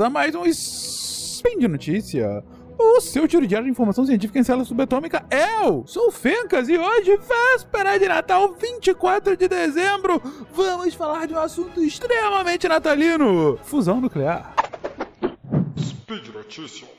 a mais um Spin de Notícia. O seu tiro diário de informação científica em célula subatômica. Eu sou o Fencas e hoje, véspera de Natal, 24 de dezembro, vamos falar de um assunto extremamente natalino: fusão nuclear. Speed Notícias.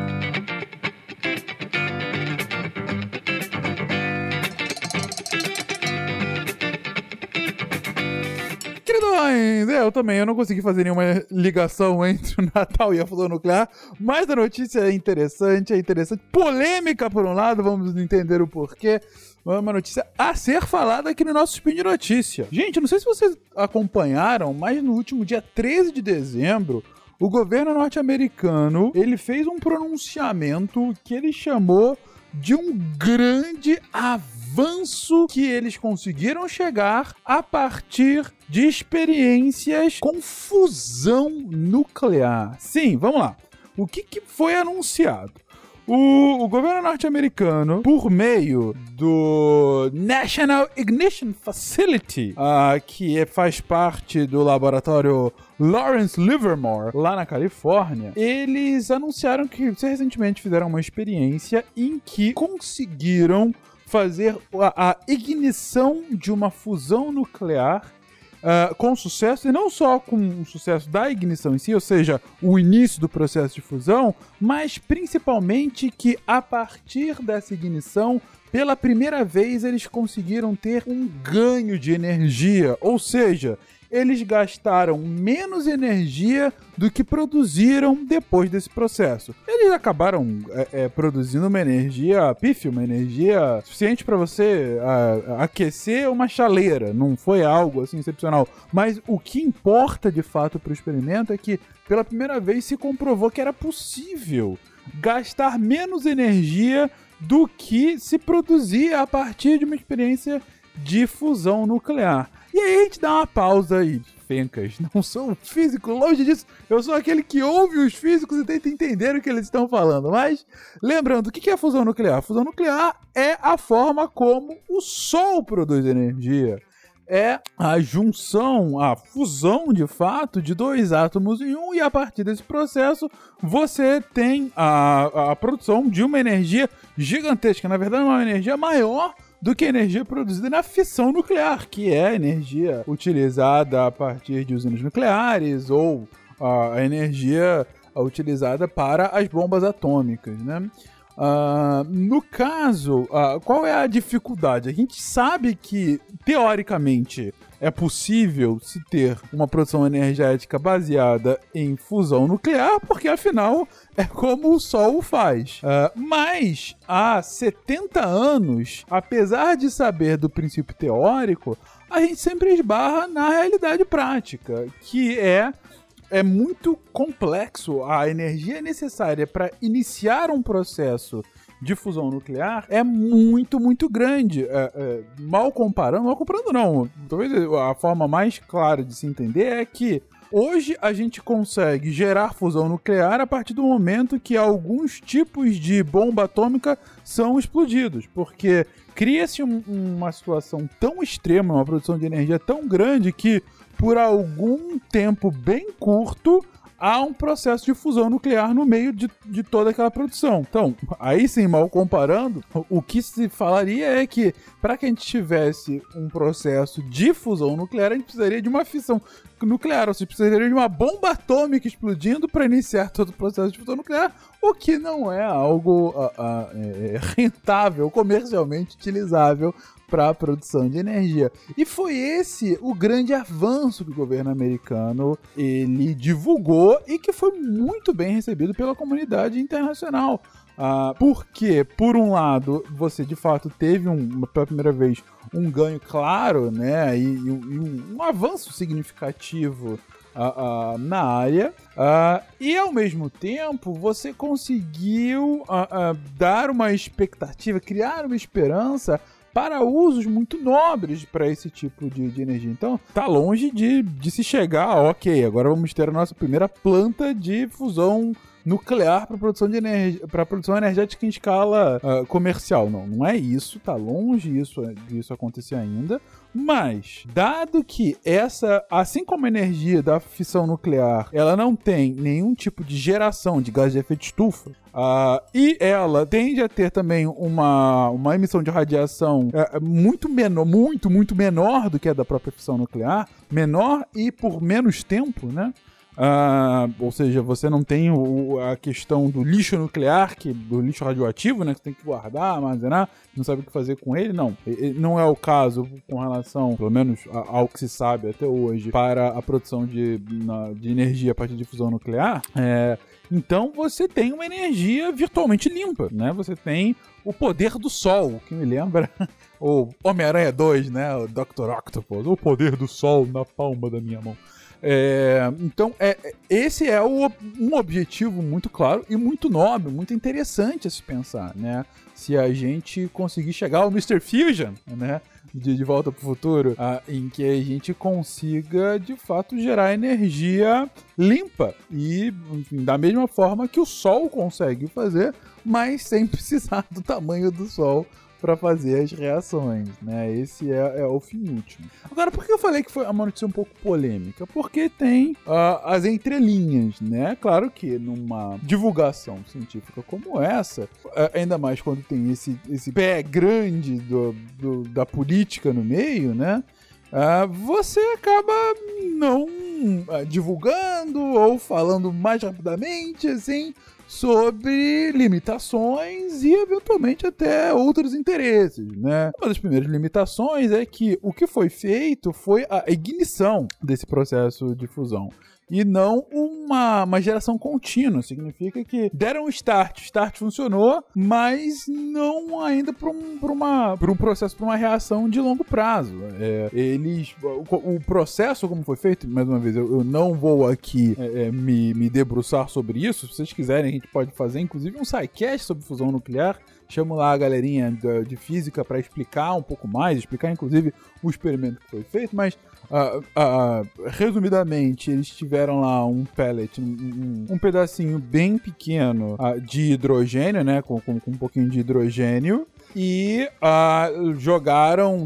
Queridões, eu não consegui fazer nenhuma ligação entre o Natal e a fusão nuclear, mas a notícia é interessante, polêmica por um lado, vamos entender o porquê. Uma notícia a ser falada aqui no nosso Spin de Notícia. Gente, não sei se vocês acompanharam, mas no último dia 13 de dezembro, o governo norte-americano, ele fez um pronunciamento que ele chamou de um grande avanço que eles conseguiram chegar a partir de experiências com fusão nuclear. Sim, vamos lá. O que foi anunciado? O governo norte-americano, por meio do National Ignition Facility, que faz parte do laboratório Lawrence Livermore, lá na Califórnia, eles anunciaram que recentemente fizeram uma experiência em que conseguiram fazer a ignição de uma fusão nuclear com sucesso, e não só com o sucesso da ignição em si, ou seja, o início do processo de fusão, mas principalmente que a partir dessa ignição, pela primeira vez, eles conseguiram ter um ganho de energia, ou seja, eles gastaram menos energia do que produziram depois desse processo. Eles acabaram produzindo uma energia pífia, uma energia suficiente para você aquecer uma chaleira. Não foi algo assim excepcional. Mas o que importa de fato para o experimento é que pela primeira vez se comprovou que era possível gastar menos energia do que se produzia a partir de uma experiência de fusão nuclear. E aí a gente dá uma pausa aí, Fencas. Não sou um físico, longe disso. Eu sou aquele que ouve os físicos e tenta entender o que eles estão falando. Mas, lembrando, o que é a fusão nuclear? A fusão nuclear é a forma como o Sol produz energia. É a junção, a fusão, de fato, de dois átomos em um, e a partir desse processo você tem a produção de uma energia gigantesca. Na verdade, uma energia maior do que a energia produzida na fissão nuclear, que é a energia utilizada a partir de usinas nucleares ou a energia utilizada para as bombas atômicas, né? No caso, qual é a dificuldade? A gente sabe que, teoricamente, é possível se ter uma produção energética baseada em fusão nuclear, porque, afinal, é como o Sol o faz. Mas, há 70 anos, apesar de saber do princípio teórico, a gente sempre esbarra na realidade prática, que é muito complexo. A energia necessária para iniciar um processo de fusão nuclear é muito, muito grande. Mal comparando não. Talvez a forma mais clara de se entender é que hoje a gente consegue gerar fusão nuclear a partir do momento que alguns tipos de bomba atômica são explodidos, porque cria-se uma situação tão extrema, uma produção de energia tão grande que por algum tempo bem curto, há um processo de fusão nuclear no meio de toda aquela produção. Então, aí sim, mal comparando, o que se falaria é que para que a gente tivesse um processo de fusão nuclear, a gente precisaria de uma fissão nuclear, ou seja, precisaria de uma bomba atômica explodindo para iniciar todo o processo de fusão nuclear, o que não é algo rentável, comercialmente utilizável para a produção de energia. E foi esse o grande avanço que o governo americano ele divulgou e que foi muito bem recebido pela comunidade internacional. Porque, por um lado, você de fato teve pela primeira vez um ganho claro, né, e um avanço significativo na área, e ao mesmo tempo você conseguiu dar uma expectativa, criar uma esperança para usos muito nobres para esse tipo de energia. Então, tá longe de se chegar, ok, agora vamos ter a nossa primeira planta de fusão nuclear para produção de energia, para produção energética em escala comercial. Não é isso, tá longe disso acontecer ainda. Mas, dado que assim como a energia da fissão nuclear, ela não tem nenhum tipo de geração de gás de efeito estufa, e ela tende a ter também uma emissão de radiação muito menor do que a da própria fissão nuclear, menor e por menos tempo, né? Ou seja, você não tem a questão do lixo nuclear, do lixo radioativo, né, que você tem que guardar, armazenar, não sabe o que fazer com ele, não. Não é o caso com relação, pelo menos ao que se sabe até hoje, para a produção de energia a partir de fusão nuclear. Então você tem uma energia virtualmente limpa, né? Você tem o poder do Sol, que me lembra o Homem-Aranha 2, né? O Dr. Octopus, o poder do Sol na palma da minha mão. Então, esse é um objetivo muito claro e muito nobre, muito interessante a se pensar, né? Se a gente conseguir chegar ao Mr. Fusion, né? De Volta para o Futuro, em que a gente consiga, de fato, gerar energia limpa e, enfim, da mesma forma que o Sol consegue fazer, mas sem precisar do tamanho do Sol para fazer as reações, né? Esse é o fim último. Agora, por que eu falei que foi uma notícia um pouco polêmica? Porque tem as entrelinhas, né? Claro que numa divulgação científica como essa, ainda mais quando tem esse pé grande da política no meio, né? Você acaba não divulgando ou falando mais rapidamente, assim, sobre limitações e, eventualmente, até outros interesses, né? Uma das primeiras limitações é que o que foi feito foi a ignição desse processo de fusão. E não uma geração contínua. Significa que deram o start funcionou, mas não ainda para um processo, para uma reação de longo prazo. O processo como foi feito, mais uma vez, eu não vou aqui me debruçar sobre isso. Se vocês quiserem, a gente pode fazer, inclusive, um sidecast sobre fusão nuclear. Chamo lá a galerinha de física para explicar um pouco mais, explicar, inclusive, o experimento que foi feito, mas resumidamente, eles tiveram lá um pellet, um pedacinho bem pequeno de hidrogênio, né, com um pouquinho de hidrogênio, e jogaram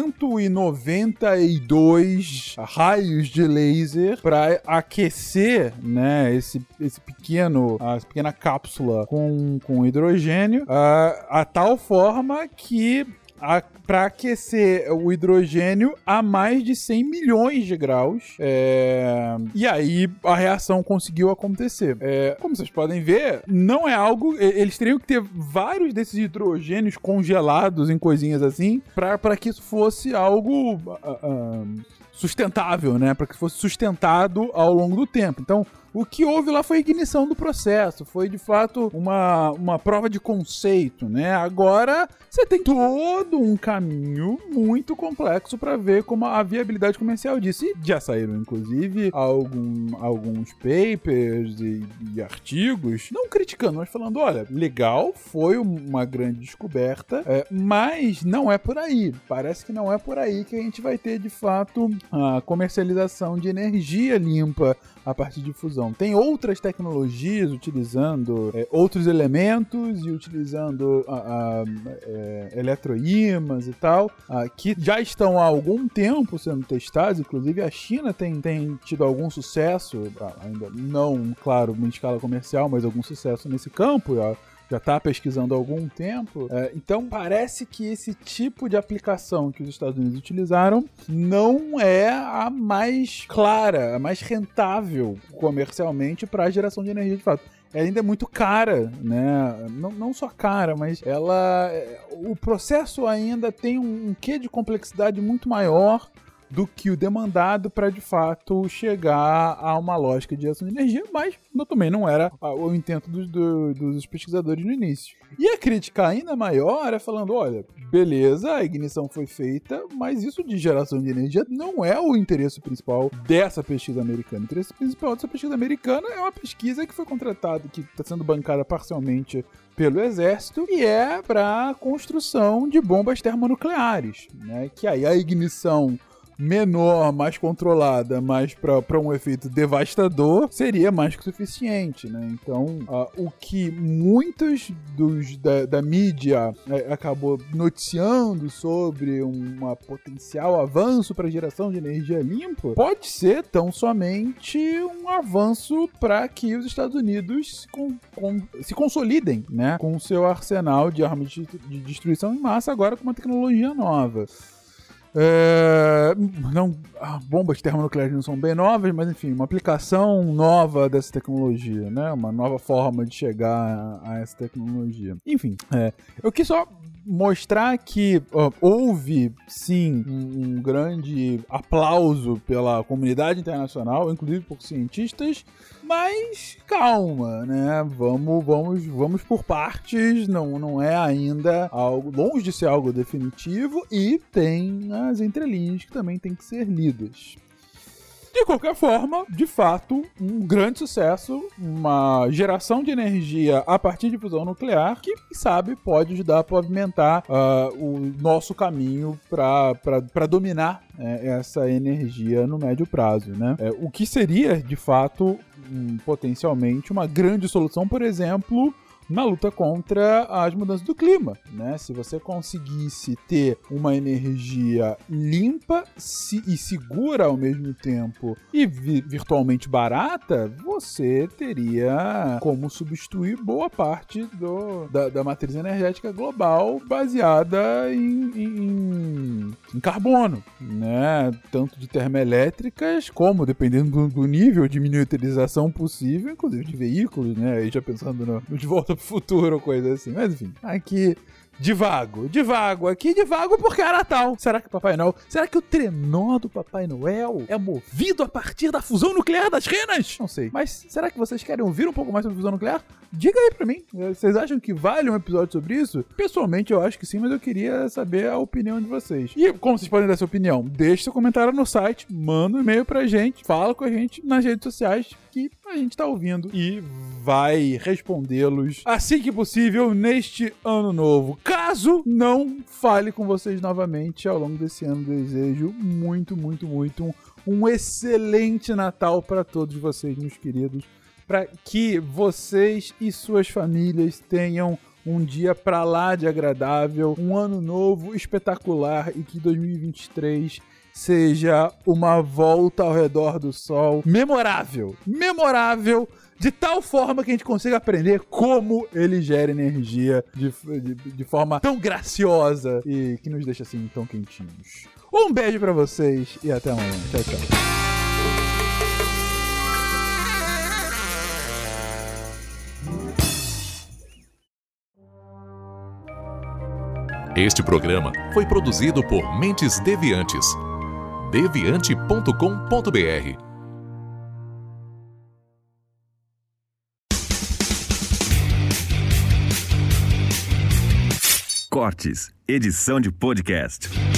192 raios de laser para aquecer, né, essa pequena cápsula com hidrogênio, a tal forma que para aquecer o hidrogênio a mais de 100 milhões de graus. E aí a reação conseguiu acontecer. Como vocês podem ver, não é algo... Eles teriam que ter vários desses hidrogênios congelados em coisinhas assim para que isso fosse algo sustentável, né? Para que fosse sustentado ao longo do tempo. Então, o que houve lá foi a ignição do processo, foi de fato uma prova de conceito, né? Agora você tem todo um caminho muito complexo para ver como a viabilidade comercial disso. E já saíram, inclusive, alguns papers e artigos, não criticando, mas falando, olha, legal, foi uma grande descoberta, mas não é por aí. Parece que não é por aí que a gente vai ter, de fato, a comercialização de energia limpa a partir de fusão. Tem outras tecnologias utilizando outros elementos e utilizando eletroímãs e tal, que já estão há algum tempo sendo testados. Inclusive a China tem tido algum sucesso, ainda não, claro, em escala comercial, mas algum sucesso nesse campo. Já está pesquisando há algum tempo. Então parece que esse tipo de aplicação que os Estados Unidos utilizaram não é a mais clara, a mais rentável comercialmente para a geração de energia de fato. Ela ainda é muito cara, né? Não só cara, mas o processo ainda tem um quê de complexidade muito maior do que o demandado para, de fato, chegar a uma lógica de geração de energia, mas também não era o intento dos pesquisadores no início. E a crítica ainda maior é falando, olha, beleza, a ignição foi feita, mas isso de geração de energia não é o interesse principal dessa pesquisa americana. O interesse principal dessa pesquisa americana é uma pesquisa que foi contratada, que está sendo bancada parcialmente pelo Exército, e é para a construção de bombas termonucleares, né? Que aí a ignição menor, mais controlada, mas para um efeito devastador, seria mais que suficiente, né? Então, o que muitos da mídia acabou noticiando sobre um potencial avanço para a geração de energia limpa, pode ser tão somente um avanço para que os Estados Unidos se consolidem, né, com o seu arsenal de armas de destruição em massa, agora com uma tecnologia nova. Bombas termonucleares não são bem novas, mas enfim, uma aplicação nova dessa tecnologia, né? Uma nova forma de chegar a essa tecnologia. Enfim, eu quis só mostrar que houve, sim, um grande aplauso pela comunidade internacional, inclusive por cientistas, mas calma, né? Vamos por partes, não é ainda algo, longe de ser algo definitivo, e tem as entrelinhas que também tem que ser lidas. De qualquer forma, de fato, um grande sucesso, uma geração de energia a partir de fusão nuclear que, quem sabe, pode ajudar a pavimentar o nosso caminho para dominar essa energia no médio prazo, né? O que seria, de fato, potencialmente uma grande solução, por exemplo, na luta contra as mudanças do clima, né? Se você conseguisse ter uma energia limpa e segura ao mesmo tempo e virtualmente barata, você teria como substituir boa parte da matriz energética global baseada em carbono, né? Tanto de termoelétricas como, dependendo do nível de miniaturização possível, inclusive de veículos, né? Aí já pensando no De Volta pro Futuro ou coisa assim. Mas enfim, aqui divago porque é Natal. Será que o trenó do Papai Noel é movido a partir da fusão nuclear das renas? Não sei. Mas será que vocês querem ouvir um pouco mais sobre fusão nuclear? Diga aí pra mim. Vocês acham que vale um episódio sobre isso? Pessoalmente eu acho que sim, mas eu queria saber a opinião de vocês. E como vocês podem dar sua opinião? Deixe seu comentário no site, manda um e-mail pra gente, fala com a gente nas redes sociais que a gente tá ouvindo e vai respondê-los assim que possível neste ano novo. Caso não fale com vocês novamente ao longo desse ano, desejo muito um excelente Natal para todos vocês, meus queridos, para que vocês e suas famílias tenham um dia pra lá de agradável, um ano novo espetacular e que 2023 seja uma volta ao redor do sol memorável, de tal forma que a gente consiga aprender como ele gera energia de forma tão graciosa e que nos deixa assim tão quentinhos. Um beijo pra vocês e até amanhã. Tchau, tchau. Este programa foi produzido por Mentes Deviantes. deviante.com.br. Cortes, edição de podcast.